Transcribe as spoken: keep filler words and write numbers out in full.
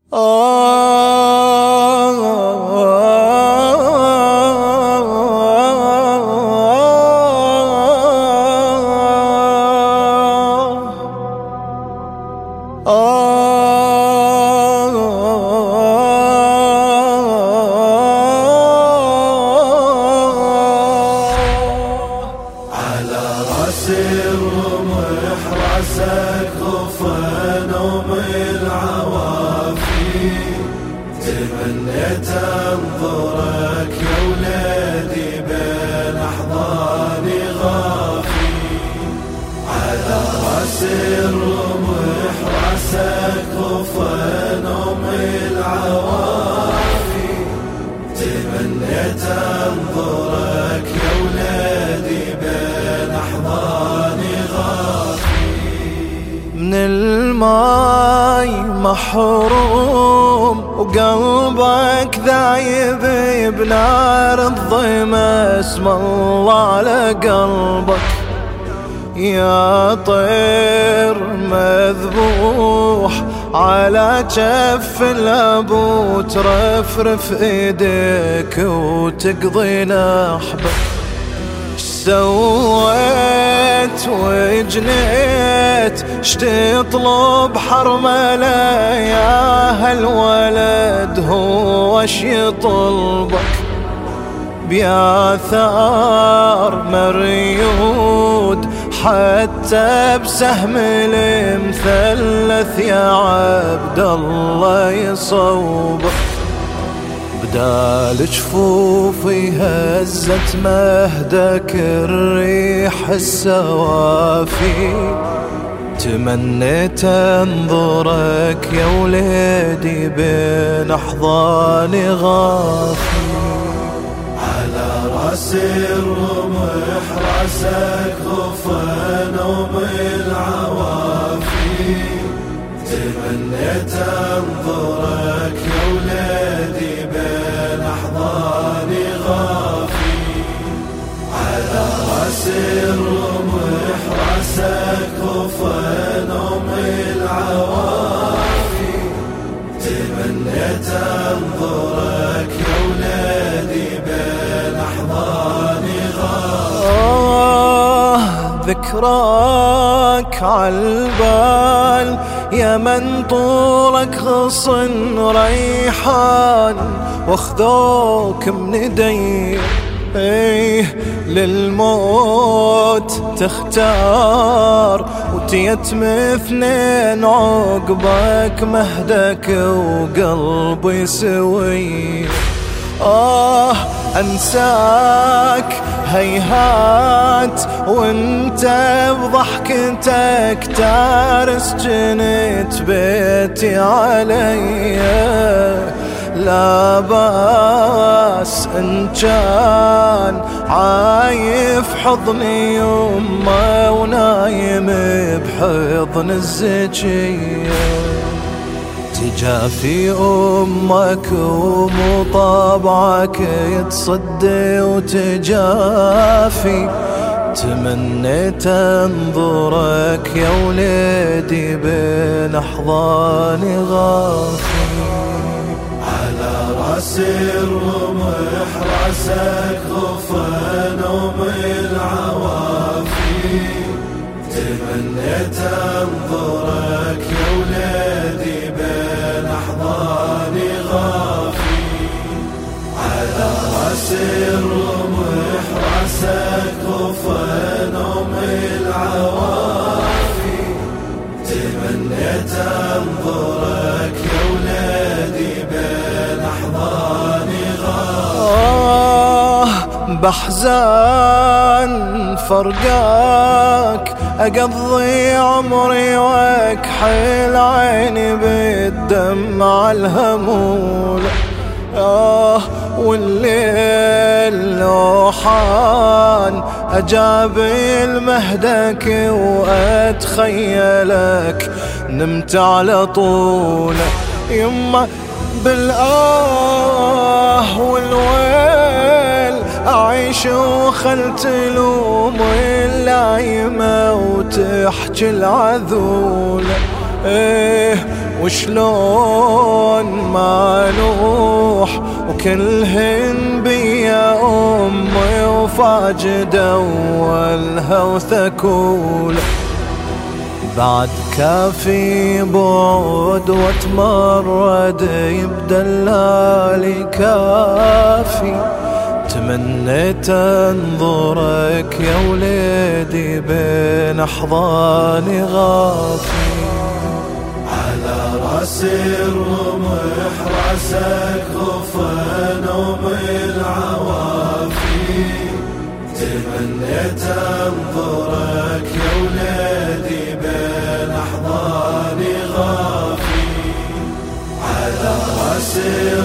الرمح راسك غفن ومن العوافي، تمنيت انظرك يا ولادي بين احضاني غافي. على راس الرمح راسك غفن ومن العوافي، تمنيت انظرك يا ولادي بين احضاني غافي. من الماي محروم وقلبك ذايب بنار الظما، اسم الله على قلبك يا طير مذبوح على جف الابو، ترفرف ايديك وتقضي نحبك. سويت وجنيت شتطلب حرمله يا هالولد، هو اش يطلبك بياثار مريود، حتى بسهم المثلث يا عبد الله يصوبك. بدال جفوفي هزت مهدك الريح السوافي، تمنيت انظرك يا وليدي بين احضاني غافي. على راس الرمح راسك غفن ومن العوافي، تمنيت انظرك يا ولادي بين احضاني غافي. على راس الرمح راسك غفن ومن العوافي، تمنيت انظرك يا ولادي بين احضاني غافي. آه ذكراك عالبال يا من طولك غصن ريحان، واخذوك من ايدي ايه للموت تختار، وتيتم اثنين عقبك مهدك وقلبي سوي. آه أنساك هيهات وانت بضحكتك تارس، جنت بيتي علي لا باس إن كان عايف حضني يمه ونايم بحضن الزكية. تجافي أمك ومطابعك يتصدي وتجافي، تمنيت انظرك يا وليدي بين احضاني غافي. على راس الرمح راسك غفن ومن العوافي، تمنيت انظرك يا ولادي بين احضاني غافي. على راس الرمح راسك غفن ومن العوافي، تمنيت انظرك يا ولادي بين احضاني غافي. آه بحزان فرقاك أقضي عمري واكحل عيني بالدمع الهمولة. آه والليل لوحان أجابل مهدك وأتخيلك نمت على طوله. يما بالآه والويل أعيش وخلت لوم اللايمة وتحكي العذولة. إيه وشلون ما نوح وكلهن بيا أمي وفاجد أولها وثكولة بعد كافي بعد واتمرد يبدأ الليالي كافي تمنيت انظرك يا وليدي بين احضاني غافي على راس الرمح راسك غفن ومن العوافي تمنيت انظرك يا وليدي بين احضاني غافي على راس